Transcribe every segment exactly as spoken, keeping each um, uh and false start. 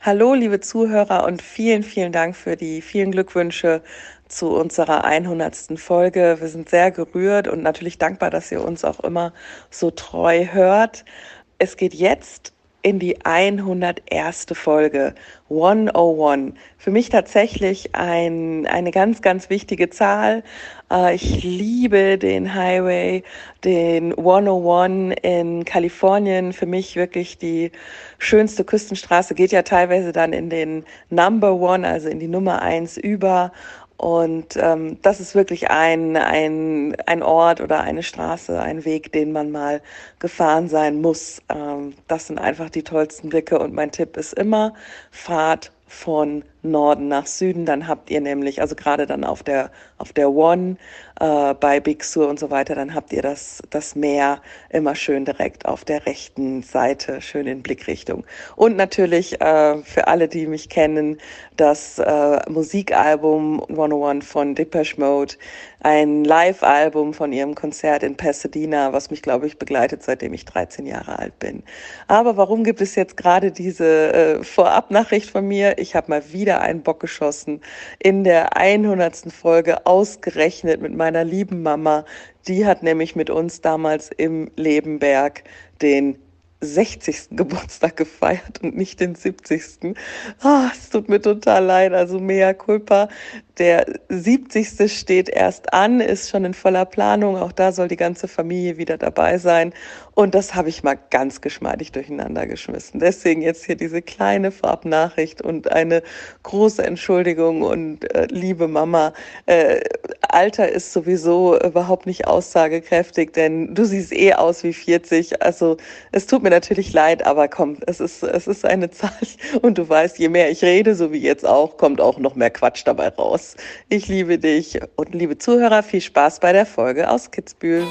Hallo, liebe Zuhörer und vielen, vielen Dank für die vielen Glückwünsche zu unserer hundertsten Folge. Wir sind sehr gerührt und natürlich dankbar, dass ihr uns auch immer so treu hört. Es geht jetzt in die hunderterste Folge, hunderteins. Für mich tatsächlich ein, eine ganz, ganz wichtige Zahl. Äh, ich liebe den Highway, den hunderteins in Kalifornien. Für mich wirklich die schönste Küstenstraße, geht ja teilweise dann in den Number One, also in die Nummer eins über. Und ähm, das ist wirklich ein, ein, ein Ort oder eine Straße, ein Weg, den man mal gefahren sein muss. Ähm, das sind einfach die tollsten Blicke und mein Tipp ist immer, fahrt von Norden nach Süden, dann habt ihr nämlich, also gerade dann auf der auf der One, äh, bei Big Sur und so weiter, dann habt ihr das das Meer immer schön direkt auf der rechten Seite, schön in Blickrichtung. Und natürlich äh, für alle, die mich kennen, das äh, Musikalbum hunderteins von Depeche Mode, ein Live-Album von ihrem Konzert in Pasadena, was mich, glaube ich, begleitet, seitdem ich dreizehn Jahre alt bin. Aber warum gibt es jetzt gerade diese äh, Vorabnachricht von mir? Ich habe mal wieder einen Bock geschossen in der hundertsten Folge, ausgerechnet mit meiner lieben Mama. Die hat nämlich mit uns damals im Lebenberg den sechzigsten Geburtstag gefeiert und nicht den siebzigsten. Ah, es tut mir total leid, also mea culpa. Der siebzigste steht erst an, ist schon in voller Planung. Auch da soll die ganze Familie wieder dabei sein. Und das habe ich mal ganz geschmeidig durcheinander geschmissen. Deswegen jetzt hier diese kleine Vorabnachricht und eine große Entschuldigung und äh, liebe Mama, äh, Alter ist sowieso überhaupt nicht aussagekräftig, denn du siehst eh aus wie vierzig. Also es tut mir natürlich leid, aber komm, es ist, es ist eine Zahl. Und du weißt, je mehr ich rede, so wie jetzt auch, kommt auch noch mehr Quatsch dabei raus. Ich liebe dich und liebe Zuhörer, viel Spaß bei der Folge aus Kitzbühel.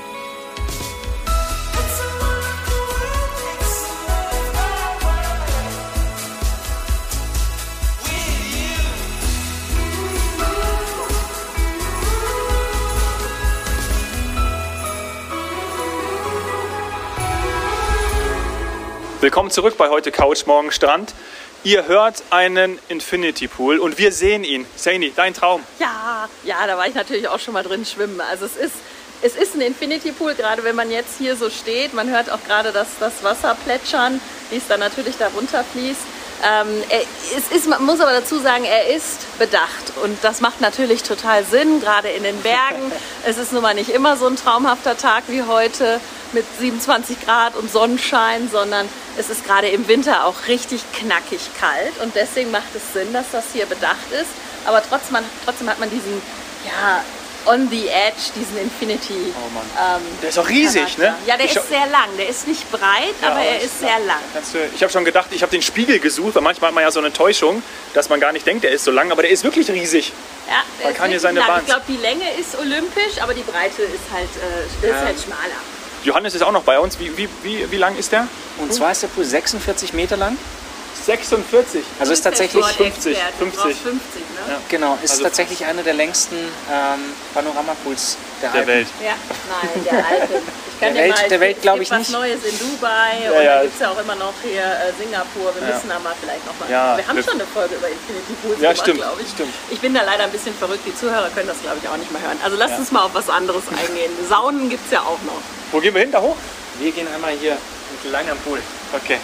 Willkommen zurück bei heute Couch, morgen Strand. Ihr hört einen Infinity Pool und wir sehen ihn. Saini, dein Traum? Ja, ja, da war ich natürlich auch schon mal drin schwimmen. Also es ist, es ist ein Infinity Pool, gerade wenn man jetzt hier so steht. Man hört auch gerade das, das Wasser plätschern, wie es dann natürlich da runterfließt. Ähm, er, es ist, man muss aber dazu sagen, er ist bedacht und das macht natürlich total Sinn, gerade in den Bergen. Es ist nun mal nicht immer so ein traumhafter Tag wie heute mit siebenundzwanzig Grad und Sonnenschein, sondern es ist gerade im Winter auch richtig knackig kalt und deswegen macht es Sinn, dass das hier bedacht ist. Aber trotzdem, man, trotzdem hat man diesen, ja, on the edge, diesen Infinity. Oh Mann. Ähm, der ist auch riesig, Charakter. ne? Ja, der ich ist sehr lang. Der ist nicht breit, ja, aber er ist sehr lang. Du, ich habe schon gedacht, ich habe den Spiegel gesucht, weil manchmal hat man ja so eine Täuschung, dass man gar nicht denkt, der ist so lang, aber der ist wirklich riesig. Ja, man kann hier seine Bahn. Ich glaube, die Länge ist olympisch, aber die Breite ist halt, äh, ist ja. halt schmaler. Johannes ist auch noch bei uns. Wie, wie, wie, wie lang ist der? Und zwar ist der Pool sechsundvierzig Meter lang. sechsundvierzig? Also ist tatsächlich fünfzig. fünfzig. fünfzig, ne? Ja. Genau, ist also tatsächlich einer der längsten ähm, Panoramapools der, der Alpen. Welt. Ja, nein, der Alpen. Ich kann Der dir Welt- mal, der Welt, glaub ich, es gibt nicht. was Neues in Dubai Ja, und ja. da gibt es ja auch immer noch hier äh, Singapur. Wir Ja. müssen da mal vielleicht noch mal. Ja, wir haben wir- schon eine Folge über Infinity Pools Ja, gemacht, stimmt, glaube ich. stimmt. Ich bin da leider ein bisschen verrückt. Die Zuhörer können das, glaube ich, auch nicht mehr hören. Also lasst Ja. uns mal auf was anderes eingehen. Saunen gibt es ja auch noch. Wo gehen wir hin? Da hoch? Wir gehen einmal hier entlang am Pool. Okay.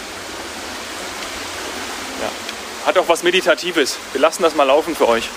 Ja. Hat auch was Meditatives. Wir lassen das mal laufen für euch.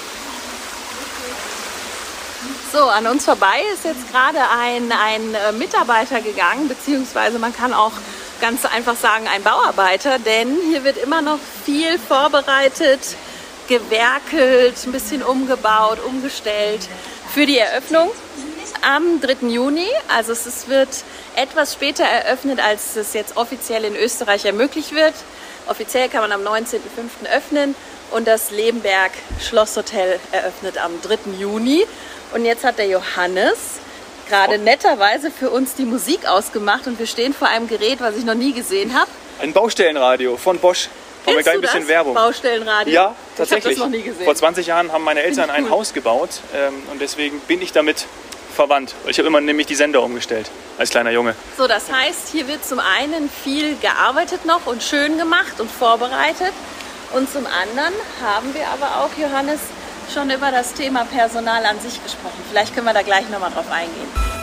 So, an uns vorbei ist jetzt gerade ein, ein äh, Mitarbeiter gegangen, beziehungsweise man kann auch ganz einfach sagen ein Bauarbeiter, denn hier wird immer noch viel vorbereitet, gewerkelt, ein bisschen umgebaut, umgestellt für die Eröffnung am dritten Juni. Also es ist, wird etwas später eröffnet, als es jetzt offiziell in Österreich ermöglicht wird. Offiziell kann man am neunzehnten fünften öffnen und das Lebenberg Schlosshotel eröffnet am dritten Juni. Und jetzt hat der Johannes gerade netterweise für uns die Musik ausgemacht und wir stehen vor einem Gerät, was ich noch nie gesehen habe. Ein Baustellenradio von Bosch. Haben wir gleich ein bisschen das? Werbung. Baustellenradio? Ja, tatsächlich. Ich habe das noch nie gesehen. Vor zwanzig Jahren haben meine Eltern Finde ich ein cool. Haus gebaut ähm, und deswegen bin ich damit verwandt. Ich habe immer nämlich die Sender umgestellt als kleiner Junge. So, das heißt, hier wird zum einen viel gearbeitet noch und schön gemacht und vorbereitet. Und zum anderen haben wir aber auch, Johannes, schon über das Thema Personal an sich gesprochen. Vielleicht können wir da gleich nochmal drauf eingehen.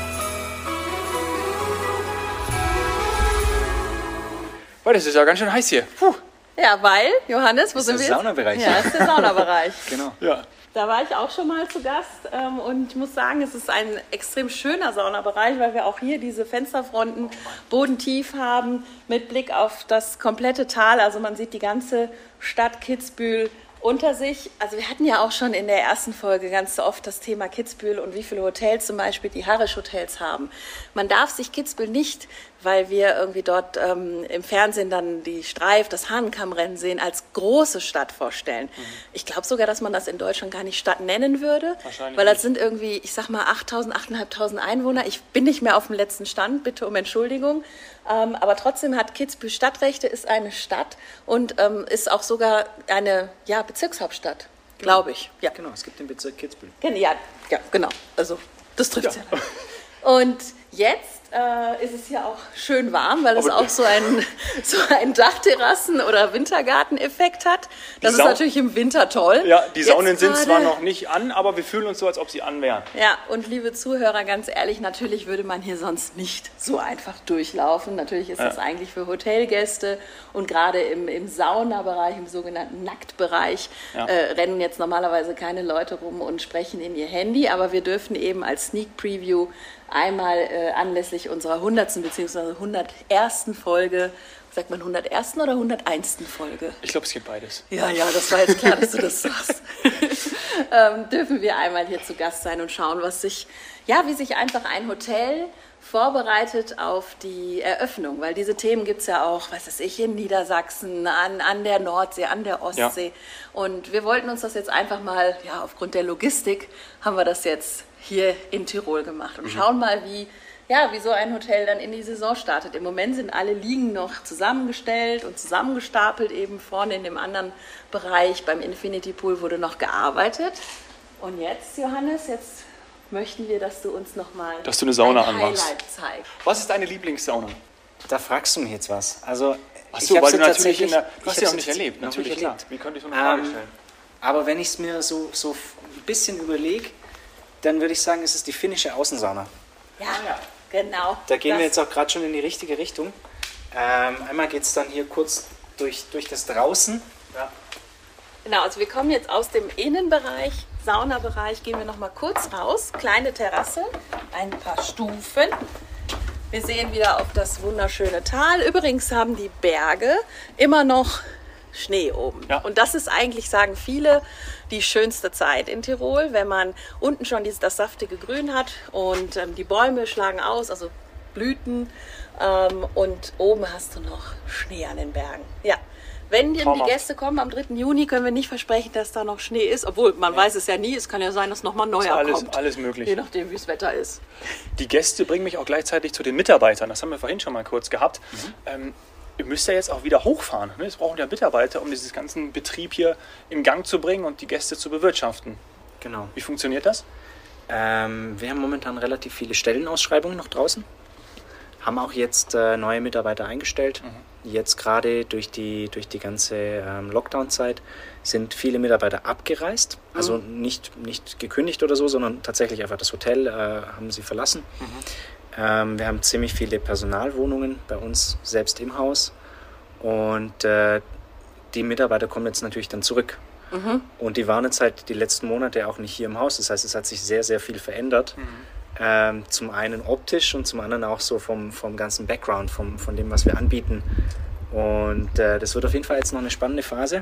Weil das ist ja ganz schön heiß hier. Puh. Ja, weil, Johannes, wo ist sind der wir jetzt? Saunabereich. Ja, das ist der Saunabereich. Genau. Ja. Da war ich auch schon mal zu Gast ähm, und ich muss sagen, es ist ein extrem schöner Saunabereich, weil wir auch hier diese Fensterfronten bodentief haben mit Blick auf das komplette Tal. Also man sieht die ganze Stadt Kitzbühel unter sich. Also wir hatten ja auch schon in der ersten Folge ganz oft das Thema Kitzbühel und wie viele Hotels zum Beispiel die Harrisch Hotels haben. Man darf sich Kitzbühel nicht, weil wir irgendwie dort ähm, im Fernsehen dann die Streif, das Hahnenkammrennen sehen, als große Stadt vorstellen. Mhm. Ich glaube sogar, dass man das in Deutschland gar nicht Stadt nennen würde, weil das sind irgendwie, ich sag mal, achttausend, achttausendfünfhundert Einwohner. Ich bin nicht mehr auf dem letzten Stand, bitte um Entschuldigung. Ähm, aber trotzdem hat Kitzbühel Stadtrechte, ist eine Stadt und ähm, ist auch sogar eine ja, Bezirkshauptstadt, glaube ich. Ja. Genau, es gibt den Bezirk Kitzbühel. Ja, ja, genau. Also das trifft ja. ja. Und jetzt äh, ist es ja auch schön warm, weil es auch so einen so ein Dachterrassen- oder Wintergarten-Effekt hat. Das ist natürlich im Winter toll. Ja, die Saunen Jetzt sind gerade, zwar noch nicht an, aber wir fühlen uns so, als ob sie an wären. Ja, und liebe Zuhörer, ganz ehrlich, natürlich würde man hier sonst nicht so einfach durchlaufen. Natürlich ist ja. das eigentlich für Hotelgäste und gerade im, im Saunabereich, im sogenannten Nacktbereich, ja. äh, rennen jetzt normalerweise keine Leute rum und sprechen in ihr Handy, aber wir dürfen eben als Sneak Preview einmal äh, anlässlich unserer hundertsten bzw. hundertersten Folge, sagt man hundertersten oder hunderteinsten Folge? Ich glaube, es gibt beides. Ja, ja, das war jetzt klar, dass du das sagst. ähm, dürfen wir einmal hier zu Gast sein und schauen, was sich, ja, wie sich einfach ein Hotel vorbereitet auf die Eröffnung, weil diese Themen gibt es ja auch, was weiß ich, in Niedersachsen, an, an der Nordsee, an der Ostsee. Ja. Und wir wollten uns das jetzt einfach mal, ja, aufgrund der Logistik haben wir das jetzt hier in Tirol gemacht und mhm. schauen mal, wie, ja, wie so ein Hotel dann in die Saison startet. Im Moment sind alle Liegen noch zusammengestellt und zusammengestapelt, eben vorne in dem anderen Bereich. Beim Infinity Pool wurde noch gearbeitet. Und jetzt, Johannes, jetzt möchten wir, dass du uns nochmal dass du eine Sauna ein anmachst. Highlight zeigst. Was ist deine Lieblingssauna? Da fragst du mich jetzt was. Also, Ach so, ich weil du natürlich in der, du hast ja ja auch nicht erlebt. Natürlich, nicht klar. erlebt. Wie könnte ich so eine Frage ähm, stellen? Aber wenn ich es mir so, so ein bisschen überlege, dann würde ich sagen, es ist die finnische Außensauna. Ja, ja. genau. Da gehen das wir jetzt auch gerade schon in die richtige Richtung. Ähm, einmal geht es dann hier kurz durch, durch das Draußen. Ja. Genau, also wir kommen jetzt aus dem Innenbereich, Saunabereich, gehen wir noch mal kurz raus. Kleine Terrasse, ein paar Stufen. Wir sehen wieder auf das wunderschöne Tal. Übrigens haben die Berge immer noch Schnee oben. Ja. Und das ist eigentlich, sagen viele, die schönste Zeit in Tirol, wenn man unten schon dieses, das saftige Grün hat und ähm, die Bäume schlagen aus, also Blüten, ähm, und oben hast du noch Schnee an den Bergen. Ja. Wenn die Gäste kommen am dritten Juni, können wir nicht versprechen, dass da noch Schnee ist, obwohl man ja. weiß es ja nie, es kann ja sein, dass nochmal neuer alles, kommt. Alles möglich. Je nachdem, wie das Wetter ist. Die Gäste bringen mich auch gleichzeitig zu den Mitarbeitern, das haben wir vorhin schon mal kurz gehabt. Mhm. Ähm, ihr müsst ja jetzt auch wieder hochfahren. Ne? Es brauchen ja Mitarbeiter, um diesen ganzen Betrieb hier in Gang zu bringen und die Gäste zu bewirtschaften. Genau. Wie funktioniert das? Ähm, wir haben momentan relativ viele Stellenausschreibungen noch draußen. Haben auch jetzt äh, neue Mitarbeiter eingestellt. Mhm. Jetzt gerade durch die, durch die ganze ähm, Lockdown-Zeit sind viele Mitarbeiter abgereist. Mhm. Also nicht, nicht gekündigt oder so, sondern tatsächlich einfach das Hotel äh, haben sie verlassen. Mhm. Ähm, wir haben ziemlich viele Personalwohnungen bei uns selbst im Haus. Und äh, die Mitarbeiter kommen jetzt natürlich dann zurück. Mhm. Und die waren jetzt halt die letzten Monate auch nicht hier im Haus. Das heißt, es hat sich sehr, sehr viel verändert. Mhm. Ähm, zum einen optisch und zum anderen auch so vom, vom ganzen Background, vom, von dem, was wir anbieten. Und äh, das wird auf jeden Fall jetzt noch eine spannende Phase,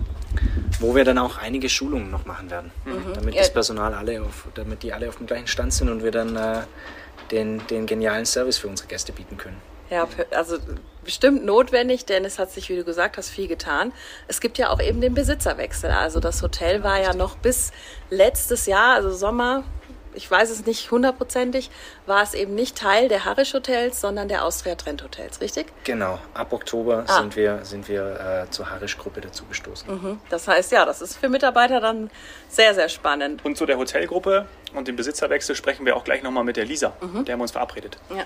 wo wir dann auch einige Schulungen noch machen werden, mhm. damit das Personal alle auf, damit die alle auf dem gleichen Stand sind und wir dann äh, den, den genialen Service für unsere Gäste bieten können. Ja, also bestimmt notwendig, denn es hat sich, wie du gesagt hast, viel getan. Es gibt ja auch eben den Besitzerwechsel. Also das Hotel war ja noch bis letztes Jahr, also Sommer ich weiß es nicht hundertprozentig, war es eben nicht Teil der Harisch Hotels, sondern der Austria Trend Hotels, richtig? Genau, ab Oktober Ah. sind wir, sind wir äh, zur Harisch-Gruppe dazu gestoßen. Mhm. Das heißt, ja, das ist für Mitarbeiter dann sehr, sehr spannend. Und zu der Hotelgruppe und dem Besitzerwechsel sprechen wir auch gleich nochmal mit der Lisa. Mhm. Der haben wir uns verabredet. Ja.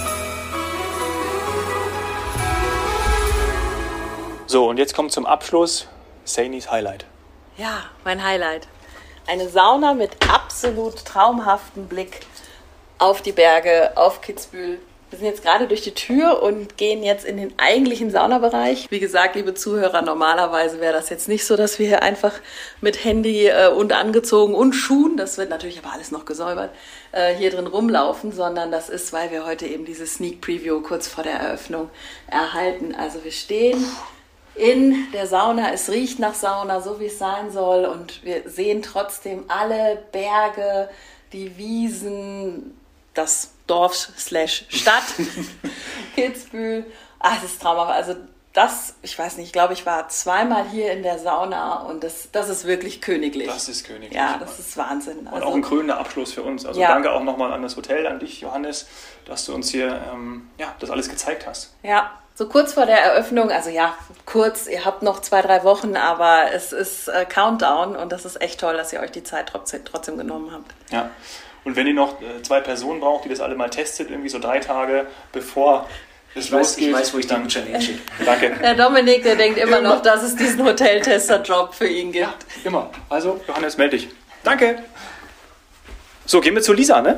So, und jetzt kommt zum Abschluss Sainis Highlight. Ja, mein Highlight. Eine Sauna mit absolut traumhaftem Blick auf die Berge, auf Kitzbühel. Wir sind jetzt gerade durch die Tür und gehen jetzt in den eigentlichen Saunabereich. Wie gesagt, liebe Zuhörer, normalerweise wäre das jetzt nicht so, dass wir hier einfach mit Handy äh, und angezogen und Schuhen, das wird natürlich aber alles noch gesäubert, äh, hier drin rumlaufen, sondern das ist, weil wir heute eben diese Sneak Preview kurz vor der Eröffnung erhalten. Also wir stehen in der Sauna, es riecht nach Sauna, so wie es sein soll, und wir sehen trotzdem alle Berge, die Wiesen, das Dorf slash Stadt, Kitzbühel. Ach, das ist traumhaft. Also das, ich weiß nicht, ich glaube, ich war zweimal hier in der Sauna und das, das ist wirklich königlich. Das ist königlich. Ja, das ist Wahnsinn. Und Also, auch ein krönender Abschluss für uns. Also Ja. danke auch nochmal an das Hotel, an dich, Johannes, dass du uns hier ähm, ja, das alles gezeigt hast. ja, so kurz vor der Eröffnung, also ja, kurz, ihr habt noch zwei, drei Wochen, aber es ist äh, Countdown und das ist echt toll, dass ihr euch die Zeit trotzdem, trotzdem genommen habt. Ja. Und wenn ihr noch äh, zwei Personen braucht, die das alle mal testet, irgendwie so drei Tage bevor es Ich weiß, losgeht, ich weiß, wo ich die dann Gutscheine hinschicke. danke. Der Dominik, der denkt immer noch, dass es diesen Hoteltester-Job für ihn gibt. Ja, immer. Also, Johannes, melde dich. Danke. So, gehen wir zu Lisa, ne?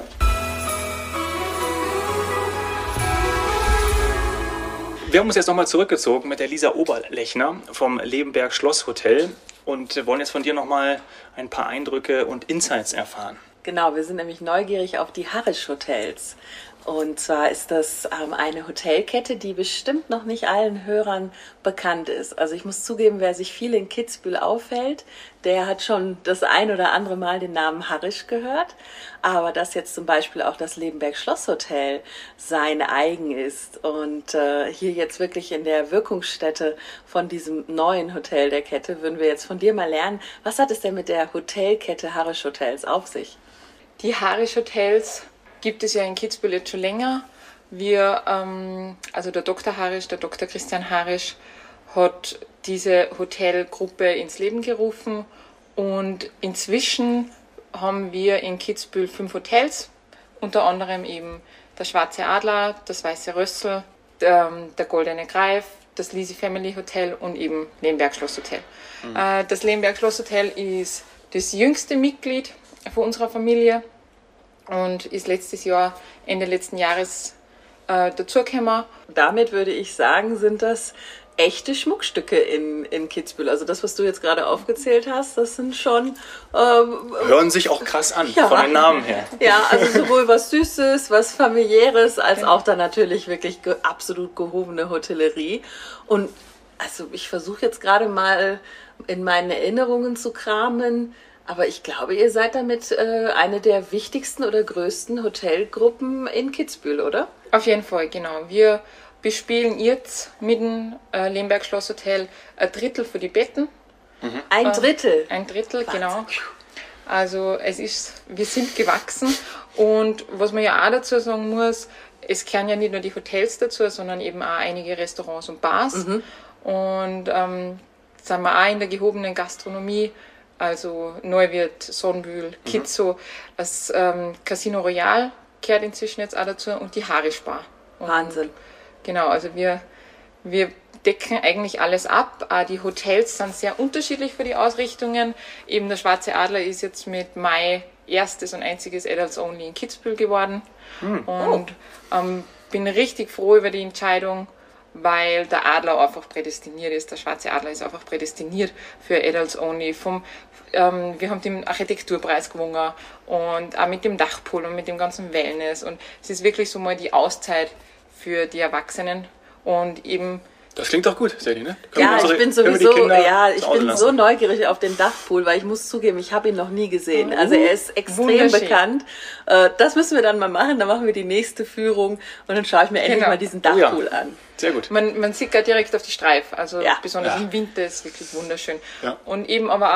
Wir haben uns jetzt nochmal zurückgezogen mit der Lisa Oberlechner vom Lebenberg Schloss Hotel und wollen jetzt von dir nochmal ein paar Eindrücke und Insights erfahren. Genau, wir sind nämlich neugierig auf die Harisch Hotels. Und zwar ist das ähm, eine Hotelkette, die bestimmt noch nicht allen Hörern bekannt ist. Also ich muss zugeben, wer sich viel in Kitzbühel aufhält, der hat schon das ein oder andere Mal den Namen Harisch gehört. Aber dass jetzt zum Beispiel auch das Lebenberg Schloss Hotel sein eigen ist und äh, hier jetzt wirklich in der Wirkungsstätte von diesem neuen Hotel der Kette, würden wir jetzt von dir mal lernen, was hat es denn mit der Hotelkette Harisch Hotels auf sich? Die Harisch Hotels gibt es ja in Kitzbühel jetzt schon länger. Wir, ähm, also der Doktor Harisch, der Doktor Christian Harisch, hat diese Hotelgruppe ins Leben gerufen und inzwischen haben wir in Kitzbühel fünf Hotels, unter anderem eben der Schwarze Adler, das Weiße Rössel, der, der Goldene Greif, das Lisi Family Hotel und eben Lebenberg Schloss Hotel. Mhm. Äh, das Lebenberg Schloss Hotel ist das jüngste Mitglied von unserer Familie und ist letztes Jahr, Ende letzten Jahres äh, dazugekommen. Damit würde ich sagen, sind das echte Schmuckstücke in, in Kitzbühel. Also das, was du jetzt gerade aufgezählt hast, das sind schon... Ähm, Hören sich auch krass an, Ja. von den Namen her. ja, also sowohl was Süßes, was Familiäres, als auch dann natürlich wirklich ge absolut gehobene Hotellerie. Und also ich versuche jetzt gerade mal in meinen Erinnerungen zu kramen, aber ich glaube, ihr seid damit äh, eine der wichtigsten oder größten Hotelgruppen in Kitzbühel, oder? Auf jeden Fall, genau. Wir bespielen jetzt mit dem äh, Lebenberg Schloss Hotel ein Drittel für die Betten. Ein Drittel. Ein Drittel, Wahnsinn. genau. Also es ist, wir sind gewachsen und was man ja auch dazu sagen muss, es kehren ja nicht nur die Hotels dazu, sondern eben auch einige Restaurants und Bars. Mhm. Und ähm, sind wir auch in der gehobenen Gastronomie, also Neuwirth, Sonnenbühl, Kitzo, das ähm, Casino Royal kehrt inzwischen jetzt auch dazu und die Harisch Bar. Und Wahnsinn. Genau, also wir, wir decken eigentlich alles ab. Auch die Hotels sind sehr unterschiedlich für die Ausrichtungen. Eben der Schwarze Adler ist jetzt mit Mai erstes und einziges Adults Only in Kitzbühel geworden. Hm. Und ähm, bin richtig froh über die Entscheidung, weil der Adler einfach prädestiniert ist. Der Schwarze Adler ist einfach prädestiniert für Adults Only. Vom, ähm, wir haben den Architekturpreis gewonnen und auch mit dem Dachpool und mit dem ganzen Wellness. Und es ist wirklich so mal die Auszeit für die Erwachsenen und eben Das klingt doch gut, Sadie, ne? Können wir Ja, unsere- ich bin können wir die sowieso, Kinder ja, zu ich Hause bin lassen? so neugierig auf den Dachpool, weil ich muss zugeben, ich habe ihn noch nie gesehen. Also er ist extrem Wunderschön. bekannt. Äh, Das müssen wir dann mal machen. Dann machen wir die nächste Führung und dann schaue ich mir endlich Genau. mal diesen Oh ja. Dachpool an. Sehr gut. Man, man sieht gerade direkt auf die Streif, also Ja. besonders Ja. im Winter ist es wirklich wunderschön. Ja. Und eben aber auch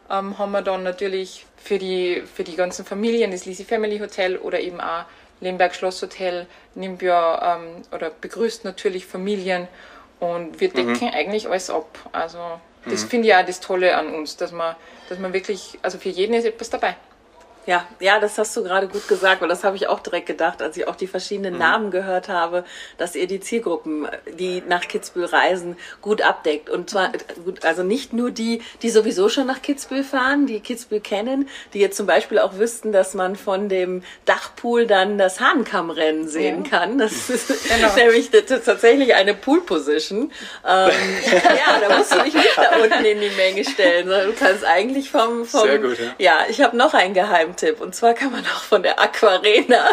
ähm, haben wir dann natürlich für die, für die ganzen Familien das Lisi Family Hotel oder eben auch Lemberg Schloss Hotel nimmt ja ähm, oder begrüßt natürlich Familien und wir decken mhm. eigentlich alles ab. Also das mhm. finde ich auch das Tolle an uns, dass man, dass man wirklich, also für jeden ist etwas dabei. Ja, ja, das hast du gerade gut gesagt, weil das habe ich auch direkt gedacht, als ich auch die verschiedenen mhm. Namen gehört habe, dass ihr die Zielgruppen, die nach Kitzbühel reisen, gut abdeckt. Und zwar, also nicht nur die, die sowieso schon nach Kitzbühel fahren, die Kitzbühel kennen, die jetzt zum Beispiel auch wüssten, dass man von dem Dachpool dann das Hahnkammrennen sehen ja. kann. Das ist genau. nämlich das ist tatsächlich eine Pool-Position. Ähm, ja, da musst du dich nicht da unten in die Menge stellen, sondern du kannst eigentlich vom, vom Sehr gut, ja. ja, ich habe noch einen Geheim Tipp. Und zwar kann man auch von der Aquarena,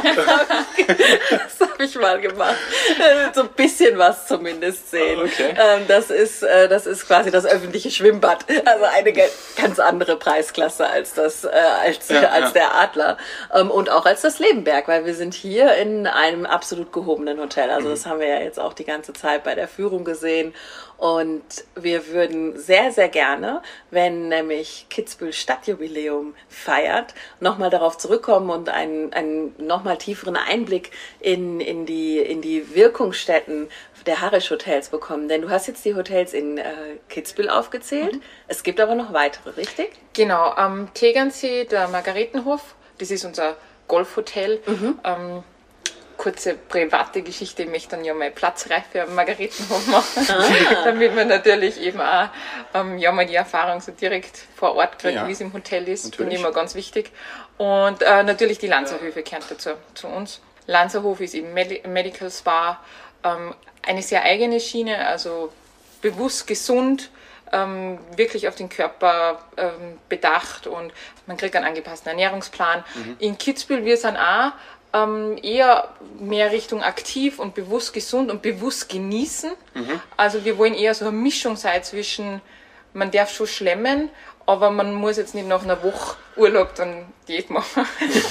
das habe ich mal gemacht, so ein bisschen was zumindest sehen. Okay. Das ist, das ist quasi das öffentliche Schwimmbad. Also eine ganz andere Preisklasse als das, als, ja, als ja. der Adler. Und auch als das Lebenberg, weil wir sind hier in einem absolut gehobenen Hotel. Also das haben wir ja jetzt auch die ganze Zeit bei der Führung gesehen. Und wir würden sehr, sehr gerne, wenn nämlich Kitzbühel Stadtjubiläum feiert, nochmal darauf zurückkommen und einen, einen nochmal tieferen Einblick in, in, die, in die Wirkungsstätten der Harisch Hotels bekommen. Denn du hast jetzt die Hotels in äh, Kitzbühel aufgezählt. Mhm. Es gibt aber noch weitere, richtig? Genau, am Tegernsee, der Margaretenhof, das ist unser Golfhotel. Mhm. Ähm, kurze private Geschichte, ich möchte dann ja mal Platzreife am Margaretenhof machen, ah. damit man natürlich eben auch ähm, ja, mal die Erfahrung so direkt vor Ort kriegt, ja. wie es im Hotel ist, finde ich immer ganz wichtig. Und äh, natürlich die Lanzerhöfe gehören dazu, zu uns. Lanzerhof ist eben Medi- Medical Spa, ähm, eine sehr eigene Schiene, also bewusst gesund, ähm, wirklich auf den Körper ähm, bedacht und man kriegt einen angepassten Ernährungsplan. Mhm. In Kitzbühel, wir sind auch Ähm, eher mehr Richtung aktiv und bewusst gesund und bewusst genießen. Mhm. Also wir wollen eher so eine Mischung sein zwischen, man darf schon schlemmen, aber man muss jetzt nicht nach einer Woche Urlaub dann Diät machen.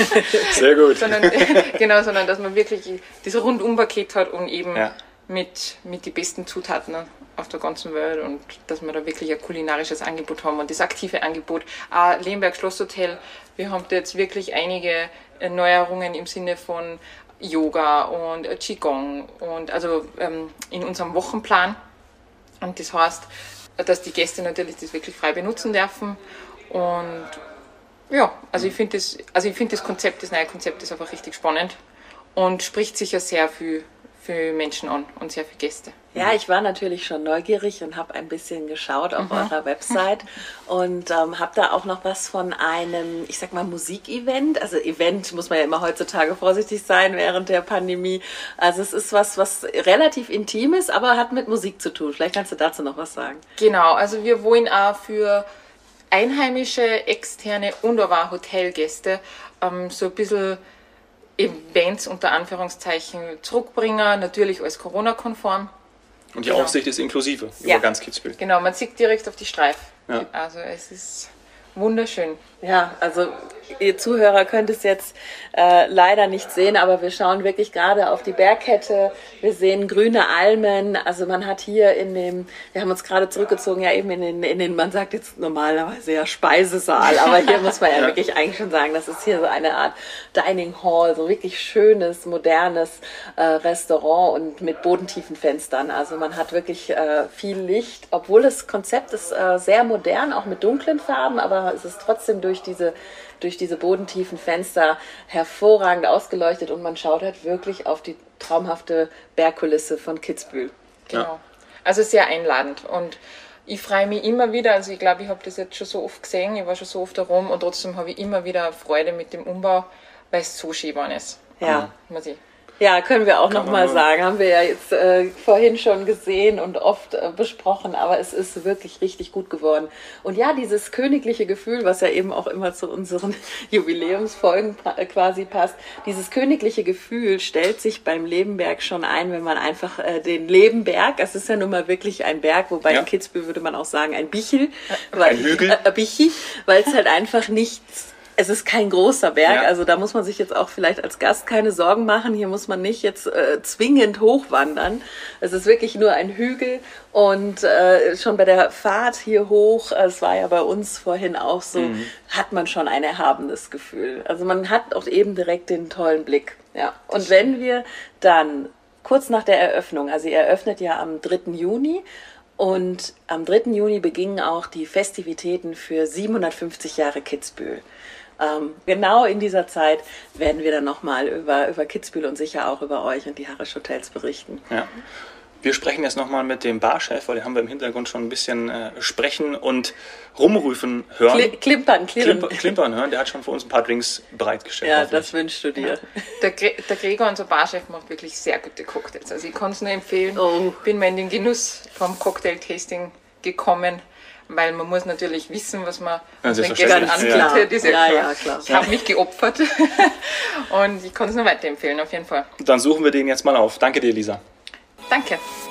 Sehr gut. sondern, genau, sondern dass man wirklich das Rundumpaket hat und eben ja. mit, mit den besten Zutaten auf der ganzen Welt und dass wir da wirklich ein kulinarisches Angebot haben und das aktive Angebot. Auch Lemberg Schloss Hotel, wir haben da jetzt wirklich einige Neuerungen im Sinne von Yoga und Qigong und also ähm, in unserem Wochenplan. Und das heißt, dass die Gäste natürlich das wirklich frei benutzen dürfen. Und ja, also ich finde das, also ich finde das Konzept, das neue Konzept ist einfach richtig spannend und spricht sicher sehr viel für Menschen an und sehr viele Gäste. Ja, ich war natürlich schon neugierig und habe ein bisschen geschaut auf mhm. eurer Website und ähm, habe da auch noch was von einem, ich sag mal, Musikevent. Also Event muss man ja immer heutzutage vorsichtig sein während der Pandemie. Also es ist was, was relativ Intimes, aber hat mit Musik zu tun. Vielleicht kannst du dazu noch was sagen. Genau, also wir wollen auch für einheimische, externe und aber auch Hotelgäste ähm, so ein bisschen Events unter Anführungszeichen zurückbringen, natürlich alles Corona-konform. Und die genau. Aufsicht ist inklusive ja. über ganz Kitzbühel. Genau, man sieht direkt auf die Streif. Ja. Also es ist wunderschön. Ja, also ihr Zuhörer könnt es jetzt äh, leider nicht sehen, aber wir schauen wirklich gerade auf die Bergkette. Wir sehen grüne Almen. Also man hat hier in dem, wir haben uns gerade zurückgezogen, ja eben in den, in den, man sagt jetzt normalerweise ja Speisesaal, aber hier muss man ja, ja wirklich eigentlich schon sagen, das ist hier so eine Art Dining Hall, so wirklich schönes, modernes äh, Restaurant und mit bodentiefen Fenstern. Also man hat wirklich äh, viel Licht, obwohl das Konzept ist äh, sehr modern, auch mit dunklen Farben, aber es ist trotzdem durch diese durch diese bodentiefen Fenster hervorragend ausgeleuchtet und man schaut halt wirklich auf die traumhafte Bergkulisse von Kitzbühel. Genau. Ja. Also sehr einladend und ich freue mich immer wieder, also ich glaube, ich habe das jetzt schon so oft gesehen, ich war schon so oft herum und trotzdem habe ich immer wieder Freude mit dem Umbau, weil es so schön geworden ist. Ja. Muss ich. Ja, können wir auch nochmal sagen. Haben wir ja jetzt äh, vorhin schon gesehen und oft äh, besprochen, aber es ist wirklich richtig gut geworden. Und ja, dieses königliche Gefühl, was ja eben auch immer zu unseren Jubiläumsfolgen pra- quasi passt, dieses königliche Gefühl stellt sich beim Lebenberg schon ein, wenn man einfach äh, den Lebenberg, es ist ja nun mal wirklich ein Berg, wobei ja. in Kitzbühel würde man auch sagen ein Bichel, weil, ein Hügel, äh, Bichi, weil es halt einfach nichts es ist kein großer Berg, Ja. also da muss man sich jetzt auch vielleicht als Gast keine Sorgen machen. Hier muss man nicht jetzt äh, zwingend hochwandern. Es ist wirklich nur ein Hügel und äh, schon bei der Fahrt hier hoch, es war ja bei uns vorhin auch so, mhm. hat man schon ein erhabenes Gefühl. Also man hat auch eben direkt den tollen Blick. Ja. Und wenn wir dann kurz nach der Eröffnung, also ihr eröffnet ja am dritten Juni, und am dritten Juni begingen auch die Festivitäten für siebenhundertfünfzig Jahre Kitzbühel. Ähm, genau in dieser Zeit werden wir dann nochmal über, über Kitzbühel und sicher auch über euch und die Harrisch Hotels berichten. Ja. Wir sprechen jetzt nochmal mit dem Barchef, weil den haben wir im Hintergrund schon ein bisschen äh, sprechen und rumrufen hören. Kli klimpern, klirren. Klimper, klimpern hören, der hat schon für uns ein paar Drinks bereitgestellt. Ja, das wünschst du dir. Der, Gre der Gregor, unser Barchef, macht wirklich sehr gute Cocktails. Also ich kann es nur empfehlen. Oh. Bin mal in den Genuss vom Cocktail-Tasting gekommen, weil man muss natürlich wissen, was man ja, den Gästen anbietet. Ist ja, ja, klar. ja, klar. Ich habe mich geopfert und ich kann es nur weiterempfehlen, auf jeden Fall. Dann suchen wir den jetzt mal auf. Danke dir, Lisa. Danke.